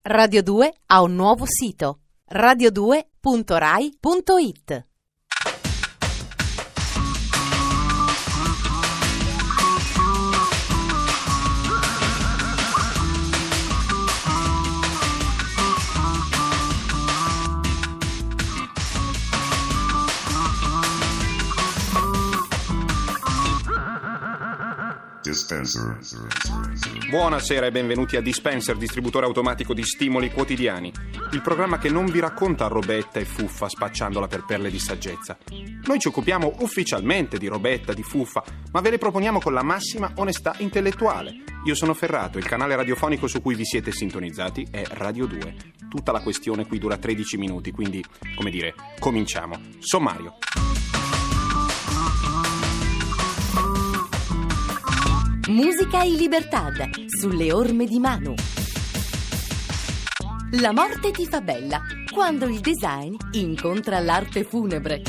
Radio 2 ha un nuovo sito: radio2.rai.it. Dispenser. Buonasera e benvenuti a Dispenser, distributore automatico di stimoli quotidiani, il programma che non vi racconta robetta e fuffa spacciandola per perle di saggezza. Noi ci occupiamo ufficialmente di robetta, di fuffa, ma ve le proponiamo con la massima onestà intellettuale. Io sono Ferrato, il canale radiofonico su cui vi siete sintonizzati è Radio 2. Tutta la questione qui dura 13 minuti, quindi, come dire, cominciamo. Sommario. Musica in Libertad, sulle orme di Manu. La morte ti fa bella, quando il design incontra l'arte funebre.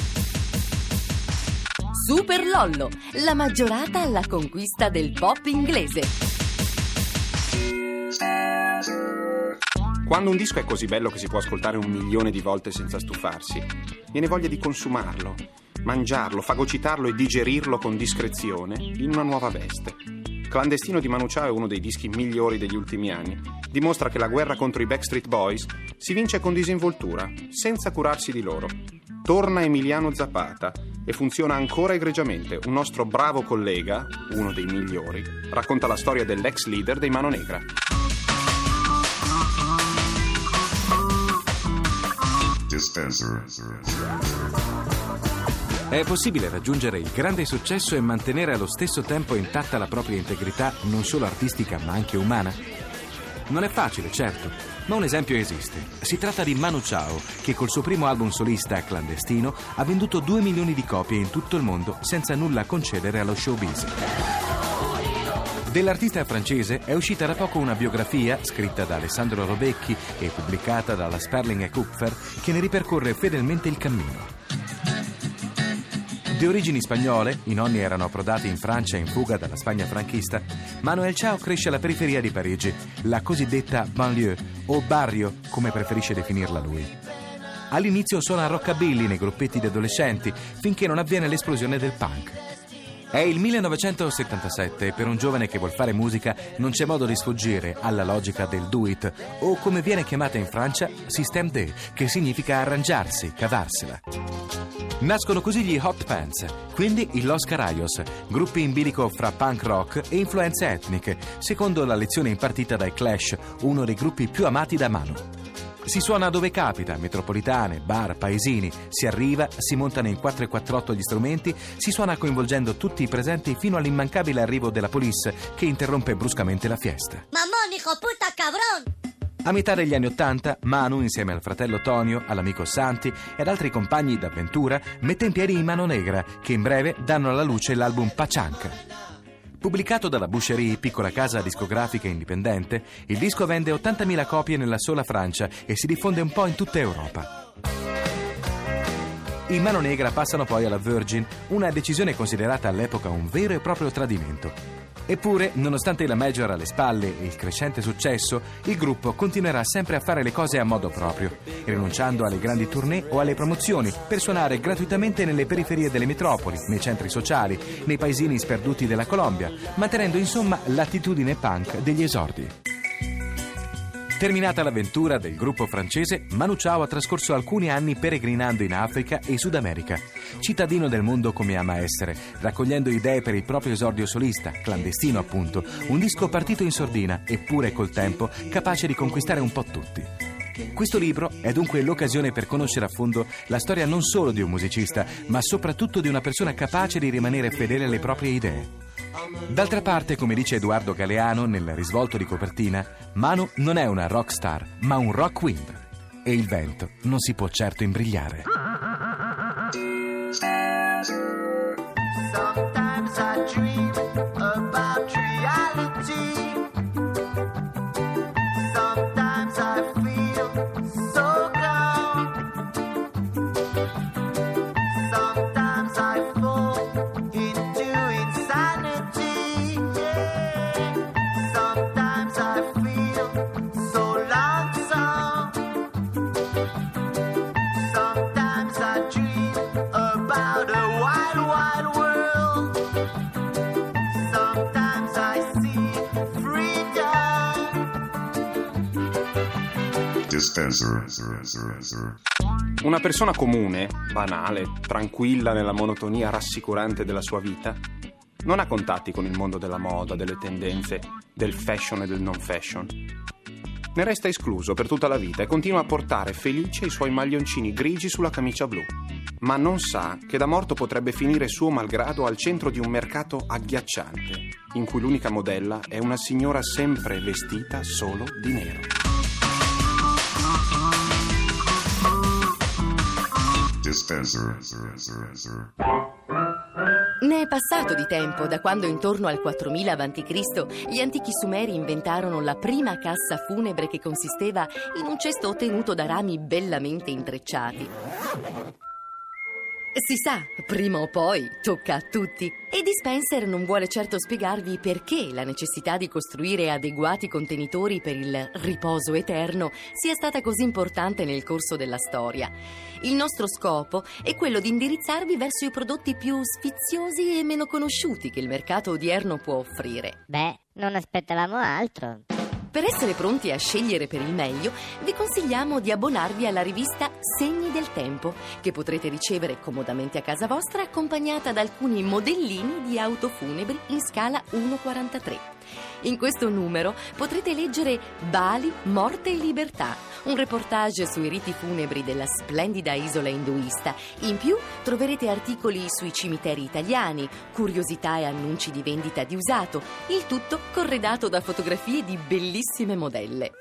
Super Lollo, la maggiorata alla conquista del pop inglese. Quando un disco è così bello che si può ascoltare 1 milione di volte senza stufarsi, viene voglia di consumarlo, mangiarlo, fagocitarlo e digerirlo con discrezione in una nuova veste. Clandestino di Manu Chao è uno dei dischi migliori degli ultimi anni. Dimostra che la guerra contro i Backstreet Boys si vince con disinvoltura, senza curarsi di loro. Torna Emiliano Zapata e funziona ancora egregiamente. Un nostro bravo collega, uno dei migliori, racconta la storia dell'ex leader dei Mano Negra. Dispenser. È possibile raggiungere il grande successo e mantenere allo stesso tempo intatta la propria integrità non solo artistica ma anche umana? Non è facile, certo, ma un esempio esiste. Si tratta di Manu Chao, che col suo primo album solista, Clandestino, ha venduto 2 milioni di copie in tutto il mondo senza nulla concedere allo showbiz. Dell'artista francese è uscita da poco una biografia scritta da Alessandro Robecchi e pubblicata dalla Sperling & Kupfer che ne ripercorre fedelmente il cammino. Di origini spagnole, i nonni erano approdati in Francia in fuga dalla Spagna franchista, Manuel Chao cresce alla periferia di Parigi, la cosiddetta banlieue, o barrio, come preferisce definirla lui. All'inizio suona rockabilly nei gruppetti di adolescenti, finché non avviene l'esplosione del punk. È il 1977 e per un giovane che vuol fare musica non c'è modo di sfuggire alla logica del do it, o come viene chiamata in Francia, système D, che significa arrangiarsi, cavarsela. Nascono così gli Hot Pants, quindi i Los Carayos, gruppi in bilico fra punk rock e influenze etniche, secondo la lezione impartita dai Clash, uno dei gruppi più amati da Manu. Si suona dove capita, metropolitane, bar, paesini, si arriva, si montano in 448 gli strumenti, si suona coinvolgendo tutti i presenti fino all'immancabile arrivo della police che interrompe bruscamente la fiesta. Mamón, hijo puta, cabrón! A metà degli anni '80, Manu, insieme al fratello Tonio, all'amico Santi ed altri compagni d'avventura, mette in piedi i Mano Negra, che in breve danno alla luce l'album Pachanka. Pubblicato dalla Boucherie, piccola casa discografica indipendente, il disco vende 80.000 copie nella sola Francia e si diffonde un po' in tutta Europa. I Mano Negra passano poi alla Virgin, una decisione considerata all'epoca un vero e proprio tradimento. Eppure, nonostante la major alle spalle e il crescente successo, il gruppo continuerà sempre a fare le cose a modo proprio, rinunciando alle grandi tournée o alle promozioni per suonare gratuitamente nelle periferie delle metropoli, nei centri sociali, nei paesini sperduti della Colombia, mantenendo insomma l'attitudine punk degli esordi. Terminata l'avventura del gruppo francese, Manu Chao ha trascorso alcuni anni peregrinando in Africa e Sud America, cittadino del mondo come ama essere, raccogliendo idee per il proprio esordio solista, Clandestino appunto, un disco partito in sordina, eppure col tempo capace di conquistare un po' tutti. Questo libro è dunque l'occasione per conoscere a fondo la storia non solo di un musicista, ma soprattutto di una persona capace di rimanere fedele alle proprie idee. D'altra parte, come dice Edoardo Galeano nel risvolto di copertina, Manu non è una rock star, ma un rock wind. E il vento non si può certo imbrigliare. Sometimes I dream about reality. Sometimes I feel so gone. Sometimes I fall into insanity. Yeah. Sometimes I feel so lost. Dispenser. Una persona comune, banale, tranquilla nella monotonia rassicurante della sua vita, non ha contatti con il mondo della moda, delle tendenze, del fashion e del non fashion. Ne resta escluso per tutta la vita e continua a portare felice i suoi maglioncini grigi sulla camicia blu. Ma non sa che da morto potrebbe finire suo malgrado al centro di un mercato agghiacciante, in cui l'unica modella è una signora sempre vestita solo di nero. Dispenser. Ne è passato di tempo da quando intorno al 4000 a.C. gli antichi sumeri inventarono la prima cassa funebre che consisteva in un cesto ottenuto da rami bellamente intrecciati. Si sa, prima o poi tocca a tutti. E Dispenser non vuole certo spiegarvi perché la necessità di costruire adeguati contenitori per il riposo eterno sia stata così importante nel corso della storia. Il nostro scopo è quello di indirizzarvi verso i prodotti più sfiziosi e meno conosciuti che il mercato odierno può offrire. Beh, non aspettavamo altro. Per essere pronti a scegliere per il meglio, vi consigliamo di abbonarvi alla rivista Segni del Tempo, che potrete ricevere comodamente a casa vostra, accompagnata da alcuni modellini di auto funebri in scala 1:43. In questo numero potrete leggere Bali, morte e libertà, un reportage sui riti funebri della splendida isola induista. In più troverete articoli sui cimiteri italiani, curiosità e annunci di vendita di usato, il tutto corredato da fotografie di bellissime modelle.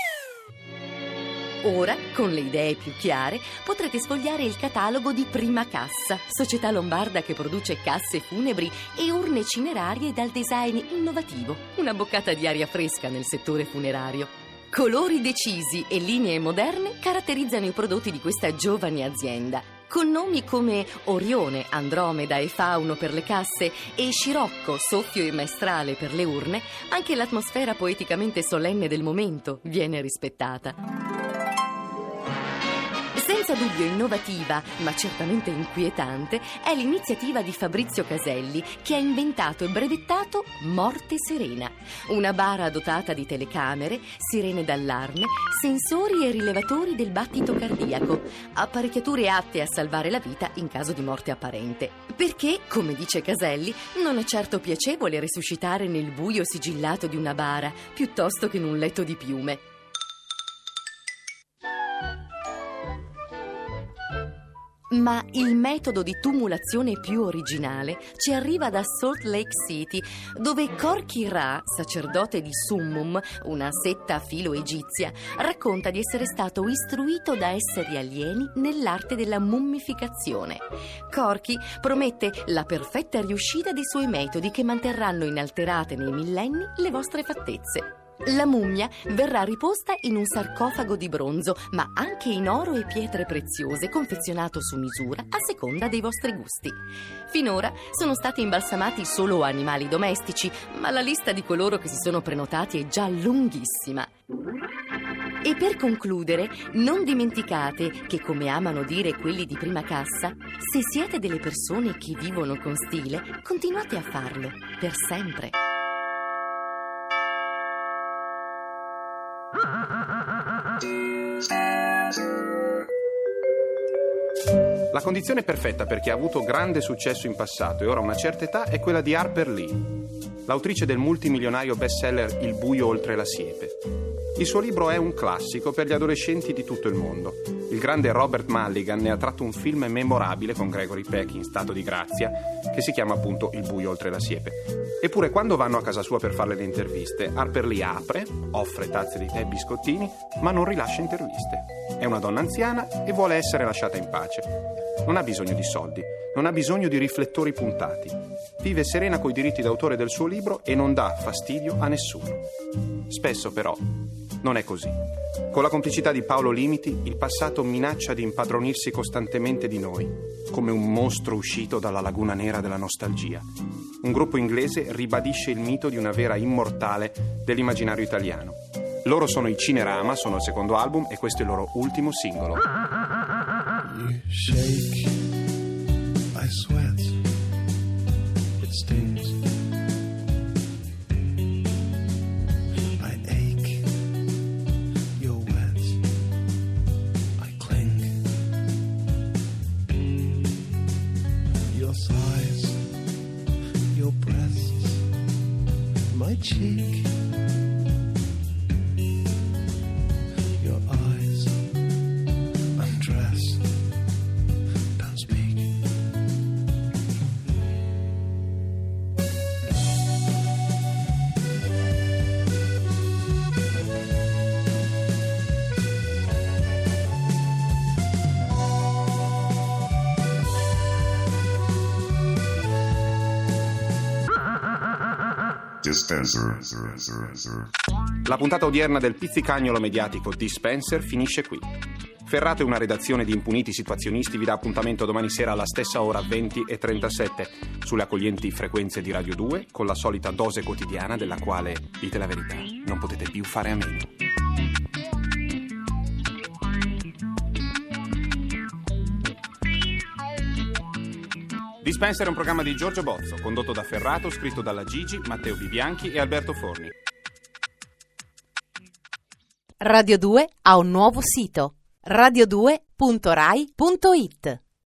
Ora, con le idee più chiare, potrete sfogliare il catalogo di Prima Cassa, società lombarda che produce casse funebri e urne cinerarie dal design innovativo, una boccata di aria fresca nel settore funerario. Colori decisi e linee moderne caratterizzano i prodotti di questa giovane azienda. Con nomi come Orione, Andromeda e Fauno per le casse e Scirocco, soffio e maestrale per le urne, anche l'atmosfera poeticamente solenne del momento viene rispettata. Senza dubbio innovativa, ma certamente inquietante, è l'iniziativa di Fabrizio Caselli, che ha inventato e brevettato Morte Serena, una bara dotata di telecamere, sirene d'allarme, sensori e rilevatori del battito cardiaco, apparecchiature atte a salvare la vita in caso di morte apparente. Perché, come dice Caselli, non è certo piacevole risuscitare nel buio sigillato di una bara, piuttosto che in un letto di piume. Ma il metodo di tumulazione più originale ci arriva da Salt Lake City, dove Corky Ra, sacerdote di Summum, una setta filo-egizia, racconta di essere stato istruito da esseri alieni nell'arte della mummificazione. Corky promette la perfetta riuscita dei suoi metodi che manterranno inalterate nei millenni le vostre fattezze. La mummia verrà riposta in un sarcofago di bronzo, ma anche in oro e pietre preziose, confezionato su misura a seconda dei vostri gusti. Finora sono stati imbalsamati solo animali domestici, ma la lista di coloro che si sono prenotati è già lunghissima. E per concludere, non dimenticate che, come amano dire quelli di Prima Cassa, se siete delle persone che vivono con stile, continuate a farlo per sempre. La condizione perfetta per chi ha avuto grande successo in passato e ora una certa età è quella di Harper Lee, l'autrice del multimilionario bestseller Il buio oltre la siepe. Il suo libro è un classico per gli adolescenti di tutto il mondo. Il grande Robert Mulligan ne ha tratto un film memorabile con Gregory Peck in stato di grazia, che si chiama appunto Il buio oltre la siepe. Eppure quando vanno a casa sua per fare le interviste, Harper Lee apre, offre tazze di tè e biscottini, ma non rilascia interviste. È una donna anziana e vuole essere lasciata in pace. Non ha bisogno di soldi, non ha bisogno di riflettori puntati. Vive serena coi diritti d'autore del suo libro e non dà fastidio a nessuno. Spesso però non è così. Con la complicità di Paolo Limiti, il passato minaccia di impadronirsi costantemente di noi, come un mostro uscito dalla laguna nera della nostalgia. Un gruppo inglese ribadisce il mito di una vera immortale dell'immaginario italiano. Loro sono i Cinerama, sono il secondo album e questo è il loro ultimo singolo. You shake, I sweat, it stings. I ache, you're wet. my cheek. Your eyes undress, don't speak. Dispenser. La puntata odierna del pizzicagnolo mediatico Dispenser finisce qui. Ferrato e una redazione di impuniti situazionisti vi dà appuntamento domani sera alla stessa ora 20:37 sulle accoglienti frequenze di Radio 2 con la solita dose quotidiana della quale, dite la verità, non potete più fare a meno. Dispenser è un programma di Giorgio Bozzo, condotto da Ferrato, scritto dalla Gigi, Matteo Bibianchi e Alberto Forni. Radio 2 ha un nuovo sito: radio2.rai.it.